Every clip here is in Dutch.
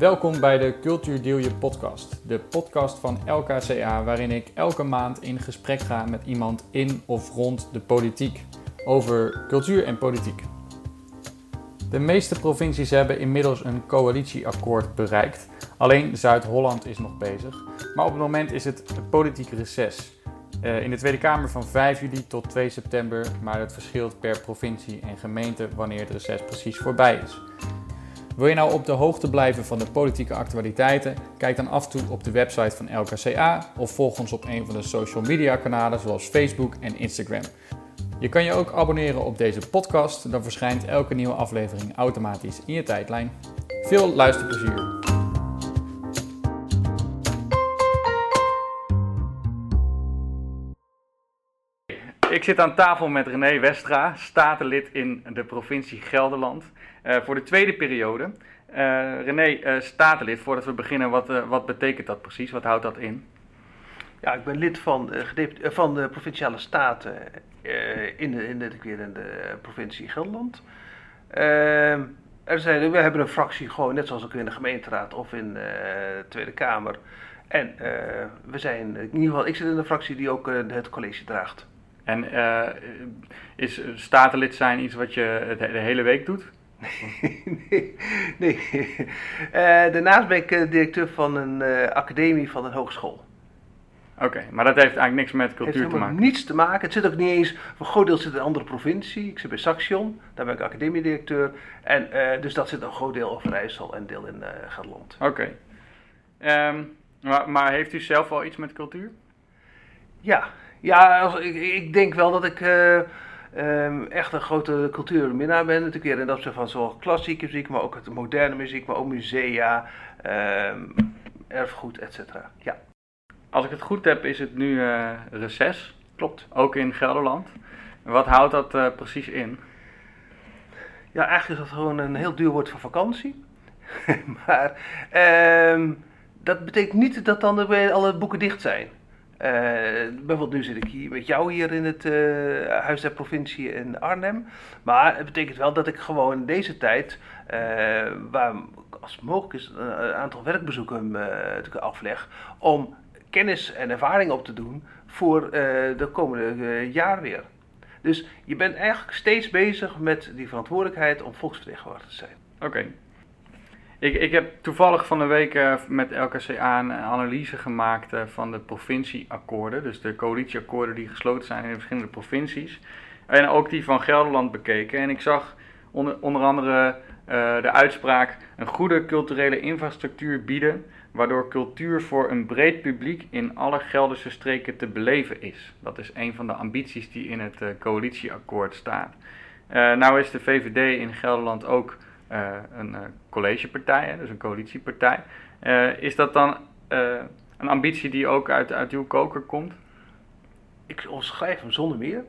Welkom bij de Cultuur Deel Je podcast. De podcast van LKCA waarin ik elke maand in gesprek ga met iemand in of rond de politiek. Over cultuur en politiek. De meeste provincies hebben inmiddels een coalitieakkoord bereikt. Alleen Zuid-Holland is nog bezig. Maar op het moment is het politiek reces. In de Tweede Kamer van 5 juli tot 2 september. Maar het verschilt per provincie en gemeente wanneer het reces precies voorbij is. Wil je nou op de hoogte blijven van de politieke actualiteiten? Kijk dan af en toe op de website van LKCA of volg ons op een van de social media kanalen zoals Facebook en Instagram. Je kan je ook abonneren op deze podcast, dan verschijnt elke nieuwe aflevering automatisch in je tijdlijn. Veel luisterplezier! Ik zit aan tafel met René Westra, statenlid in de provincie Gelderland, voor de tweede periode. René, statenlid, voordat we beginnen, wat betekent dat precies? Wat houdt dat in? Ja, ik ben lid van de Provinciale Staten in de provincie Gelderland. We hebben een fractie gewoon, net zoals ook in de gemeenteraad of in de Tweede Kamer. En we zijn, in ieder geval, ik zit in een fractie die ook het college draagt. En is statenlid zijn iets wat je de hele week doet? Nee. Daarnaast ben ik directeur van een academie van een hogeschool. Oké, maar dat heeft eigenlijk niks met cultuur te maken? Niets te maken. Het zit ook niet eens, voor een groot deel zit in een andere provincie. Ik zit bij Saxion, daar ben ik academiedirecteur. En dus dat zit een groot deel Overijssel en deel in Gelderland. Oké. Maar heeft u zelf wel iets met cultuur? Ja, ik denk wel dat ik echt een grote cultuurminnaar ben. Natuurlijk weer in dat opzicht van zowel klassieke muziek, maar ook het moderne muziek, maar ook musea, erfgoed, etc. Ja. Als ik het goed heb, is het nu reces. Klopt. Ook in Gelderland. Wat houdt dat precies in? Ja, eigenlijk is dat gewoon een heel duur woord voor vakantie. Maar dat betekent niet dat dan alle boeken dicht zijn. Bijvoorbeeld nu zit ik hier met jou hier in het Huis der Provincie in Arnhem. Maar het betekent wel dat ik gewoon in deze tijd, waar als het mogelijk is, een aantal werkbezoeken afleg om kennis en ervaring op te doen voor de komende jaar weer. Dus je bent eigenlijk steeds bezig met die verantwoordelijkheid om volksvertegenwoordiger te zijn. Oké. Ik heb toevallig van de week met LKCA een analyse gemaakt van de provincieakkoorden. Dus de coalitieakkoorden die gesloten zijn in de verschillende provincies. En ook die van Gelderland bekeken. En ik zag onder andere de uitspraak: een goede culturele infrastructuur bieden, waardoor cultuur voor een breed publiek in alle Gelderse streken te beleven is. Dat is een van de ambities die in het coalitieakkoord staat. Nou is de VVD in Gelderland ook een collegepartij, hè, dus een coalitiepartij. Is dat dan een ambitie die ook uit uw koker komt? Ik omschrijf hem zonder meer.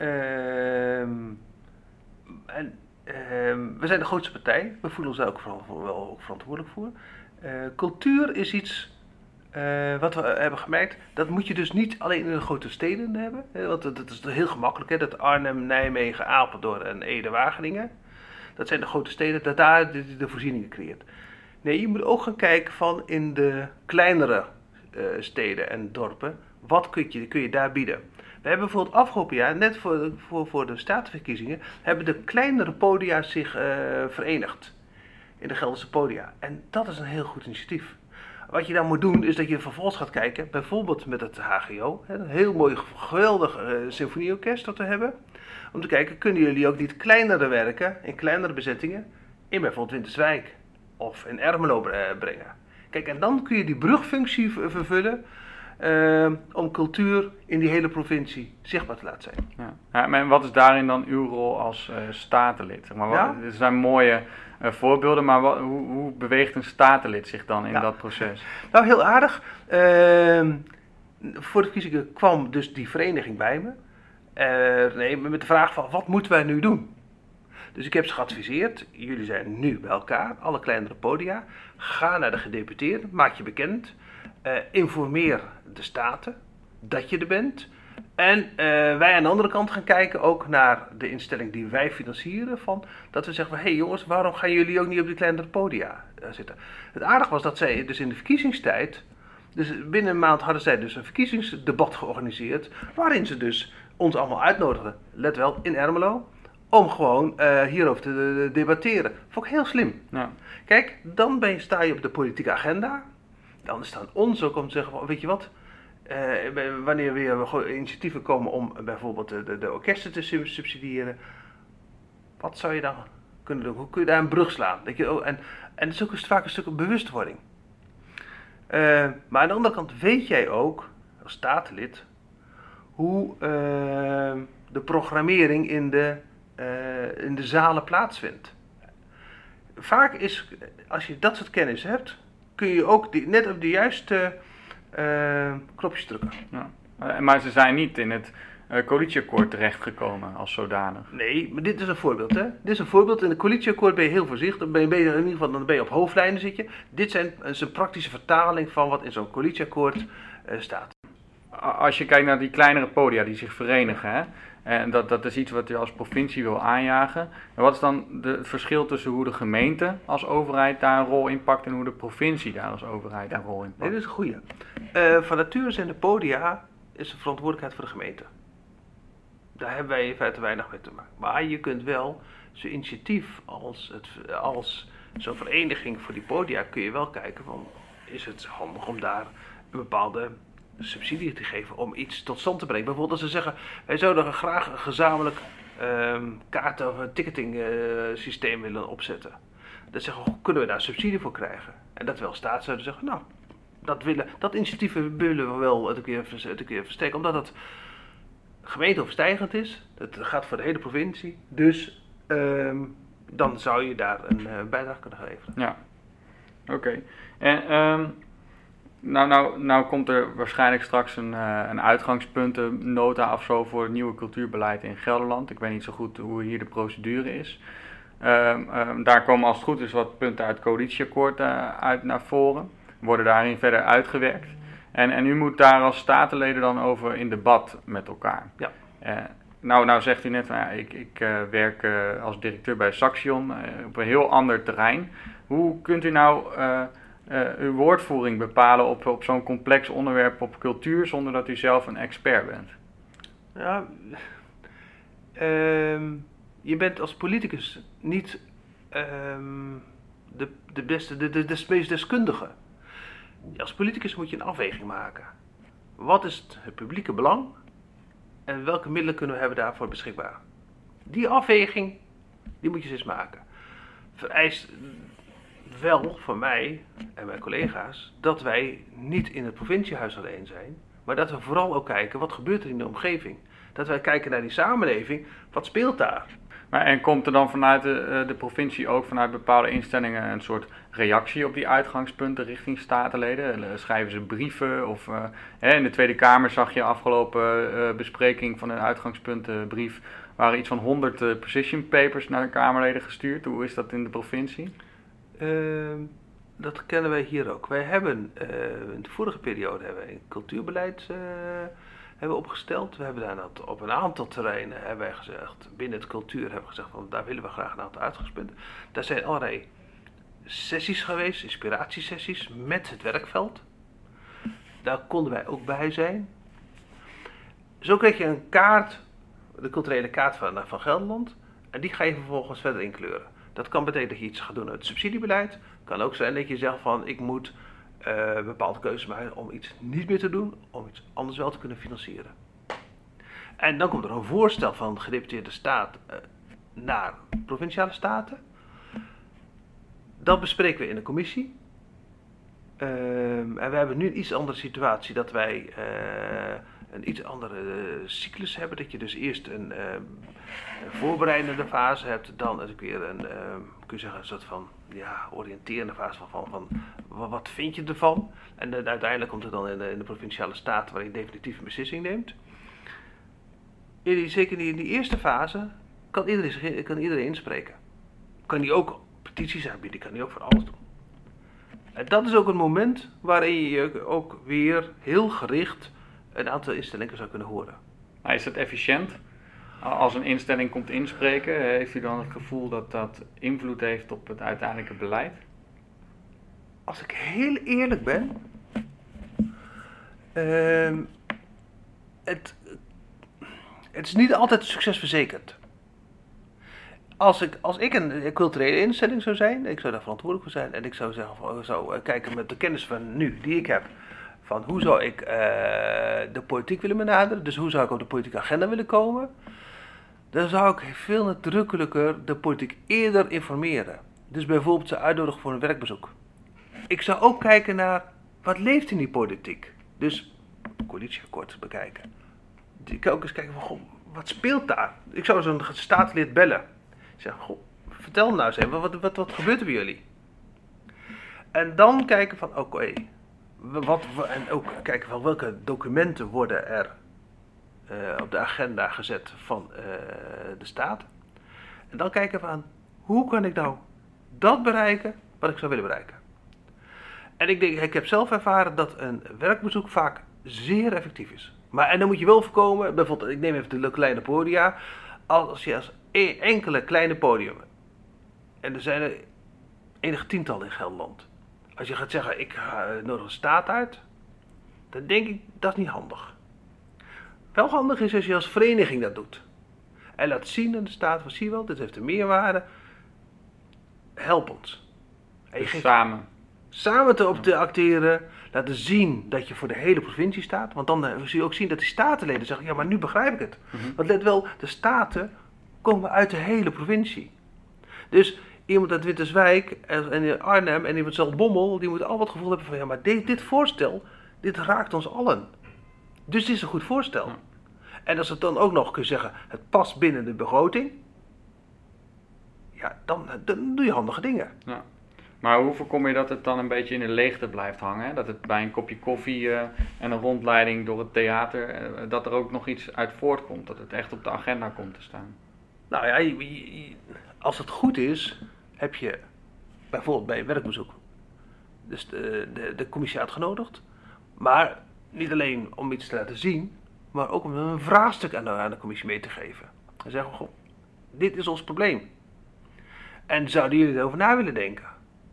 We zijn de grootste partij. We voelen ons daar ook wel verantwoordelijk voor. Cultuur is iets wat we hebben gemerkt. Dat moet je dus niet alleen in de grote steden hebben. Want dat is heel gemakkelijk. Hè, dat Arnhem, Nijmegen, Apeldoorn en Ede, Wageningen. Dat zijn de grote steden, dat daar de voorzieningen creëert. Nee, je moet ook gaan kijken van in de kleinere steden en dorpen. Wat kun je daar bieden? We hebben bijvoorbeeld afgelopen jaar, net voor de statenverkiezingen, hebben de kleinere podia zich verenigd. In de Gelderse podia. En dat is een heel goed initiatief. Wat je dan moet doen, is dat je vervolgens gaat kijken, bijvoorbeeld met het HGO. Een heel mooi, geweldig symfonieorkest dat we hebben. Om te kijken, kunnen jullie ook niet kleinere werken, in kleinere bezettingen, in bijvoorbeeld Winterswijk of in Ermelo brengen. Kijk, en dan kun je die brugfunctie vervullen om cultuur in die hele provincie zichtbaar te laten zijn. Ja, maar wat is daarin dan uw rol als statenlid? Zeg maar, er zijn mooie voorbeelden, maar hoe beweegt een statenlid zich dan in dat proces? Nou, heel aardig. Voor de verkiezingen kwam dus die vereniging bij me. Met de vraag van, wat moeten wij nu doen? Dus ik heb ze geadviseerd, jullie zijn nu bij elkaar, alle kleinere podia. Ga naar de gedeputeerden, maak je bekend. Informeer de staten dat je er bent. En wij aan de andere kant gaan kijken ook naar de instelling die wij financieren. Dat we zeggen, hé jongens, waarom gaan jullie ook niet op die kleinere podia zitten? Het aardige was dat zij dus in de verkiezingstijd, dus binnen een maand hadden zij dus een verkiezingsdebat georganiseerd. Waarin ze dus ons allemaal uitnodigden, let wel, in Ermelo. Om gewoon hierover te debatteren. Vond ik heel slim. Ja. Kijk, dan sta je op de politieke agenda. Dan is het aan ons ook om te zeggen, weet je wat... wanneer weer initiatieven komen om bijvoorbeeld de orkesten te subsidiëren. Wat zou je dan kunnen doen? Hoe kun je daar een brug slaan? En het is ook vaak een stuk bewustwording. Maar aan de andere kant weet jij ook, als statenlid, hoe de programmering in de zalen plaatsvindt. Vaak is, als je dat soort kennis hebt, kun je ook net op de juiste knopjes drukken. Ja. Maar ze zijn niet in het coalitieakkoord terechtgekomen als zodanig. Nee, maar dit is een voorbeeld. Hè? Dit is een voorbeeld. In het coalitieakkoord ben je heel voorzichtig. Dan ben je in ieder geval dan ben je op hoofdlijnen zit je. Dit is een praktische vertaling van wat in zo'n coalitieakkoord staat. Als je kijkt naar die kleinere podia die zich verenigen, hè? En dat is iets wat je als provincie wil aanjagen. En wat is dan het verschil tussen hoe de gemeente als overheid daar een rol in pakt en hoe de provincie daar als overheid een rol in pakt? Nee, dat is een goeie. Van nature zijn de podia is de verantwoordelijkheid voor de gemeente. Daar hebben wij in feite weinig mee te maken. Maar je kunt wel zo'n initiatief als zo'n vereniging voor die podia kun je wel kijken van, is het handig om daar een bepaalde subsidie te geven om iets tot stand te brengen. Bijvoorbeeld als ze zeggen, wij zouden graag een gezamenlijk kaarten- of een ticketing systeem willen opzetten. Dan zeggen we, kunnen we daar subsidie voor krijgen? En dat wel staat zouden zeggen, nou, dat initiatief willen we wel een keer versteken, omdat het gemeenteoverstijgend is. Dat gaat voor de hele provincie. Dus dan zou je daar een bijdrage kunnen leveren. Ja, oké. En nou komt er waarschijnlijk straks een uitgangspuntennota of zo voor het nieuwe cultuurbeleid in Gelderland. Ik weet niet zo goed hoe hier de procedure is. Daar komen als het goed is wat punten uit het coalitieakkoord uit naar voren. Worden daarin verder uitgewerkt. En u moet daar als statenleden dan over in debat met elkaar. Ja. Nou zegt u net, ik werk als directeur bij Saxion op een heel ander terrein. Hoe kunt u nou uw woordvoering bepalen op zo'n complex onderwerp op cultuur zonder dat u zelf een expert bent? Ja, je bent als politicus niet de beste, de meest deskundige. Als politicus moet je een afweging maken. Wat is het publieke belang en welke middelen kunnen we hebben daarvoor beschikbaar? Die afweging, die moet je eens maken. Vereist wel van mij en mijn collega's dat wij niet in het provinciehuis alleen zijn, maar dat we vooral ook kijken wat gebeurt er in de omgeving. Dat wij kijken naar die samenleving, wat speelt daar? En komt er dan vanuit de provincie ook vanuit bepaalde instellingen een soort reactie op die uitgangspunten richting statenleden? Schrijven ze brieven? Of in de Tweede Kamer zag je afgelopen bespreking van een uitgangspuntenbrief waren iets van 100 position papers naar de Kamerleden gestuurd. Hoe is dat in de provincie? Dat kennen wij hier ook. Wij hebben in de vorige periode een cultuurbeleid hebben opgesteld. We hebben daar op een aantal terreinen hebben wij gezegd, binnen het cultuur hebben we gezegd, want daar willen we graag een aantal uitgangspunten. Daar zijn allerlei sessies geweest, inspiratiesessies met het werkveld. Daar konden wij ook bij zijn. Zo kreeg je een kaart, de culturele kaart van Gelderland, en die ga je vervolgens verder inkleuren. Dat kan betekenen dat je iets gaat doen uit het subsidiebeleid. Het kan ook zijn dat je zegt van, ik moet bepaalde keuzes maken om iets niet meer te doen, om iets anders wel te kunnen financieren. En dan komt er een voorstel van de gedeputeerde staat naar provinciale staten. Dat bespreken we in de commissie. En we hebben nu een iets andere situatie, dat wij een iets andere cyclus hebben. Dat je dus eerst een voorbereidende fase hebt, dan eens een keer kun je zeggen, een soort van oriënterende fase van wat vind je ervan? En uiteindelijk komt het dan in de provinciale staten waar je definitief een beslissing neemt. Zeker in die eerste fase kan iedereen inspreken. Kan die ook petities aanbieden, kan die ook voor alles doen. En dat is ook een moment waarin je ook weer heel gericht een aantal instellingen zou kunnen horen. Maar is het efficiënt? Als een instelling komt inspreken, heeft u dan het gevoel dat dat invloed heeft op het uiteindelijke beleid? Als ik heel eerlijk ben, ehm, het is niet altijd succesverzekerd. Als ik een culturele instelling zou zijn, ik zou daar verantwoordelijk voor zijn en ik zou zeggen, ik zou kijken met de kennis van nu die ik heb, van hoe zou ik de politiek willen benaderen, dus hoe zou ik op de politieke agenda willen komen, dan zou ik veel nadrukkelijker de politiek eerder informeren. Dus bijvoorbeeld ze uitnodigen voor een werkbezoek. Ik zou ook kijken naar, wat leeft in die politiek? Dus, coalitieakkoord bekijken. Ik kan ook eens kijken van, goh, wat speelt daar? Ik zou zo'n staatslid bellen. Ik zeg, goh, vertel me nou eens even, wat gebeurt er bij jullie? En dan kijken van, oké, en ook kijken van welke documenten worden er op de agenda gezet van de staat. En dan kijken van, hoe kan ik nou dat bereiken wat ik zou willen bereiken? En ik heb zelf ervaren dat een werkbezoek vaak zeer effectief is. En dan moet je wel voorkomen, bijvoorbeeld, ik neem even de kleine podia. Als je als enkele kleine podium, en er zijn er enige tientallen in Gelderland. Als je gaat zeggen, ik nodig een staat uit, dan denk ik, dat is niet handig. Wel handig is als je als vereniging dat doet. En laat zien aan de staat van, zie je wel, dit heeft een meerwaarde. Help ons. En je geeft samen te acteren, laten zien dat je voor de hele provincie staat. Want dan zie je ook zien dat die statenleden zeggen, ja, maar nu begrijp ik het. Want let wel, de staten komen uit de hele provincie. Dus iemand uit Winterswijk en Arnhem en iemand zelf Bommel, die moeten allemaal het gevoel hebben van, ja, maar dit voorstel, dit raakt ons allen. Dus dit is een goed voorstel. Ja. En als het dan ook nog kun je zeggen, het past binnen de begroting, ja, dan doe je handige dingen. Ja. Maar hoe voorkom je dat het dan een beetje in de leegte blijft hangen? Hè? Dat het bij een kopje koffie en een rondleiding door het theater, dat er ook nog iets uit voortkomt, dat het echt op de agenda komt te staan? Nou ja, als het goed is, heb je bijvoorbeeld bij een werkbezoek dus de commissie uitgenodigd. Maar niet alleen om iets te laten zien, maar ook om een vraagstuk aan de commissie mee te geven. En zeggen, goh, dit is ons probleem. En zouden jullie erover na willen denken?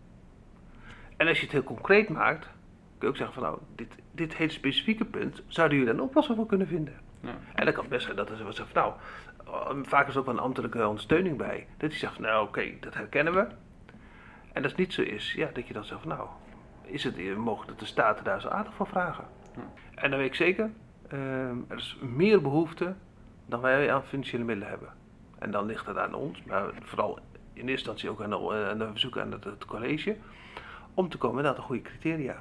En als je het heel concreet maakt, kun je ook zeggen van, nou, dit hele specifieke punt, zouden jullie daar een oplossing voor kunnen vinden? Ja. En dan kan het best zijn dat er zo zegt van, nou, vaak is er ook wel een ambtelijke ondersteuning bij. Dat hij zegt van, nou oké, dat herkennen we. En als het niet zo is, ja, dat je dan zegt van, nou, is het mogelijk dat de staten daar zo aandacht voor vragen? Ja. En dan weet ik zeker, er is meer behoefte dan wij aan financiële middelen hebben. En dan ligt het aan ons, maar vooral in eerste instantie ook aan de verzoeken aan het college, om te komen naar de goede criteria.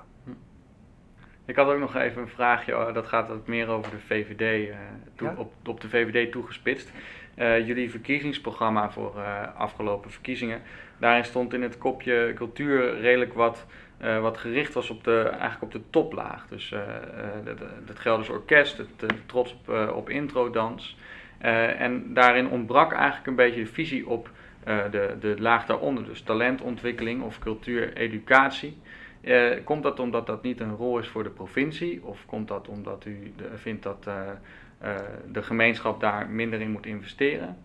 Ik had ook nog even een vraagje, dat gaat wat meer over de VVD, op de VVD toegespitst. Jullie verkiezingsprogramma voor afgelopen verkiezingen, daarin stond in het kopje cultuur redelijk wat gericht was eigenlijk op de toplaag. Dus het Gelderse Orkest, het trots op introdans. En daarin ontbrak eigenlijk een beetje de visie op de laag daaronder, dus talentontwikkeling of cultuureducatie. Komt dat omdat dat niet een rol is voor de provincie? Of komt dat omdat u vindt dat de gemeenschap daar minder in moet investeren?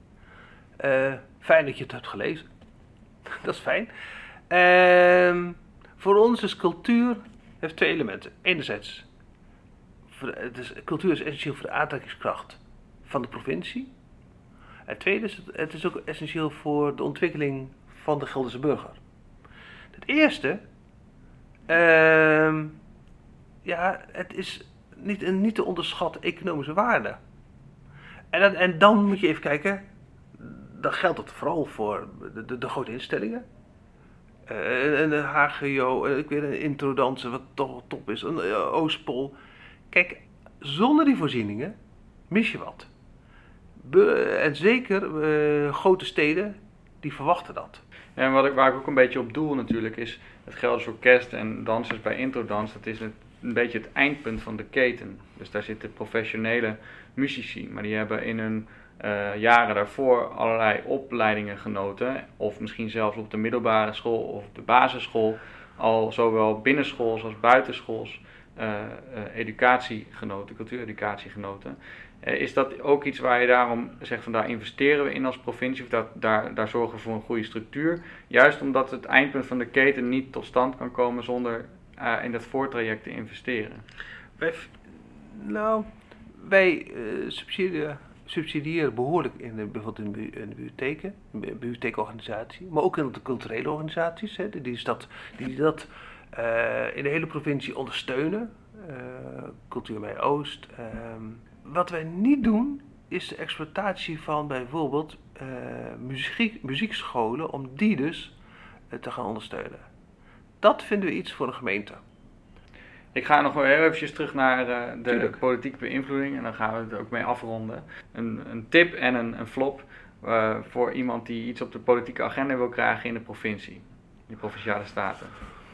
Fijn dat je het hebt gelezen. Dat is fijn. Voor ons is cultuur heeft twee elementen. Enerzijds, cultuur is essentieel voor de aantrekkingskracht van de provincie. En tweede is, het is ook essentieel voor de ontwikkeling van de Gelderse burger. Het eerste, het is niet te onderschatten economische waarde. En dan moet je even kijken, dan geldt het vooral voor de grote instellingen. Een HGO, ik weet een introdansen wat toch top is, een Oostpol. Kijk, zonder die voorzieningen mis je wat. En zeker grote steden, die verwachten dat. Ja, en waar ik ook een beetje op doel natuurlijk is, het Gelderse Orkest en dansers bij Introdans, dat is een beetje het eindpunt van de keten. Dus daar zitten professionele muzici, maar die hebben in hun jaren daarvoor allerlei opleidingen genoten, of misschien zelfs op de middelbare school of de basisschool, al zowel binnenschools als buitenschools educatie genoten, cultuureducatie genoten. Is dat ook iets waar je daarom zegt van daar investeren we in als provincie of daar zorgen we voor een goede structuur? Juist omdat het eindpunt van de keten niet tot stand kan komen zonder in dat voortraject te investeren. Wij subsidiëren behoorlijk bijvoorbeeld in de bibliotheken, de bibliotheekorganisatie, maar ook in de culturele organisaties, die dat in de hele provincie ondersteunen. Cultuur bij Oost. Wat wij niet doen, is de exploitatie van bijvoorbeeld muziekscholen, om die dus te gaan ondersteunen. Dat vinden we iets voor een gemeente. Ik ga nog wel heel eventjes terug naar de politieke beïnvloeding en dan gaan we het ook mee afronden. Een tip en een flop voor iemand die iets op de politieke agenda wil krijgen in de provincie, in de provinciale staten.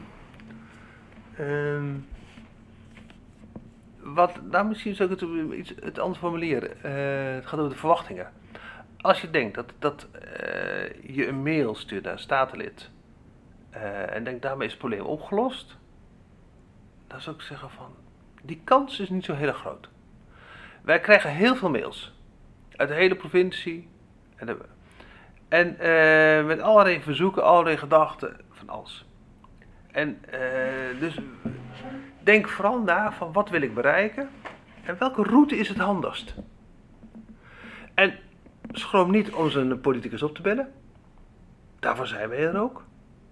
Misschien zou ik het anders formuleren. Het gaat over de verwachtingen. Als je denkt dat je een mail stuurt naar een statenlid en denkt daarmee is het probleem opgelost, dan zou ik zeggen van, die kans is niet zo heel erg groot. Wij krijgen heel veel mails uit de hele provincie en met allerlei verzoeken, allerlei gedachten, van alles. En dus denk vooral na van wat wil ik bereiken en welke route is het handigst. En schroom niet om zijn politicus op te bellen. Daarvoor zijn wij er ook.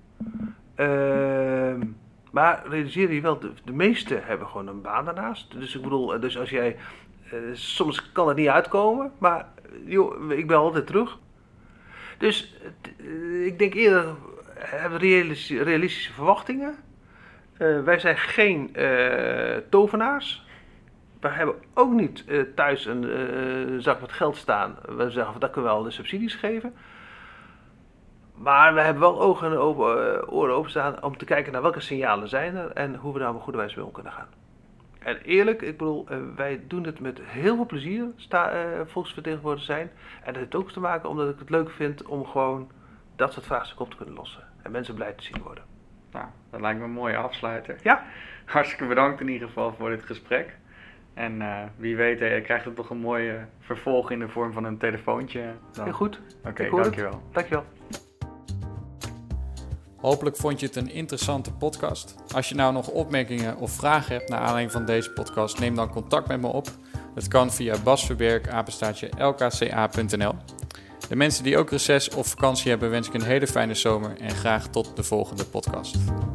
Maar realiseer je wel, de meesten hebben gewoon een baan daarnaast. Dus ik bedoel, dus als jij, soms kan het niet uitkomen, maar joh, ik ben altijd terug. Dus ik denk eerder, hebben realistische verwachtingen. Wij zijn geen tovenaars. Wij hebben ook niet thuis een zak met geld staan. We zeggen van dat kunnen we wel de subsidies geven. Maar we hebben wel ogen en oren openstaan om te kijken naar welke signalen zijn er en hoe we daar op een goede wijze mee om kunnen gaan. En eerlijk, ik bedoel, wij doen het met heel veel plezier, volksvertegenwoordiger zijn. En dat heeft ook te maken omdat ik het leuk vind om gewoon dat soort vraagstukken op te kunnen lossen. En mensen blij te zien worden. Nou, dat lijkt me een mooie afsluiter. Ja. Hartstikke bedankt in ieder geval voor dit gesprek. En wie weet, je krijgt er toch een mooie vervolg in de vorm van een telefoontje. Dan. Heel goed. Oké, dankjewel. Dankjewel. Hopelijk vond je het een interessante podcast. Als je nou nog opmerkingen of vragen hebt naar aanleiding van deze podcast, neem dan contact met me op. Dat kan via basverwerk@lkca.nl. De mensen die ook reces of vakantie hebben, wens ik een hele fijne zomer en graag tot de volgende podcast.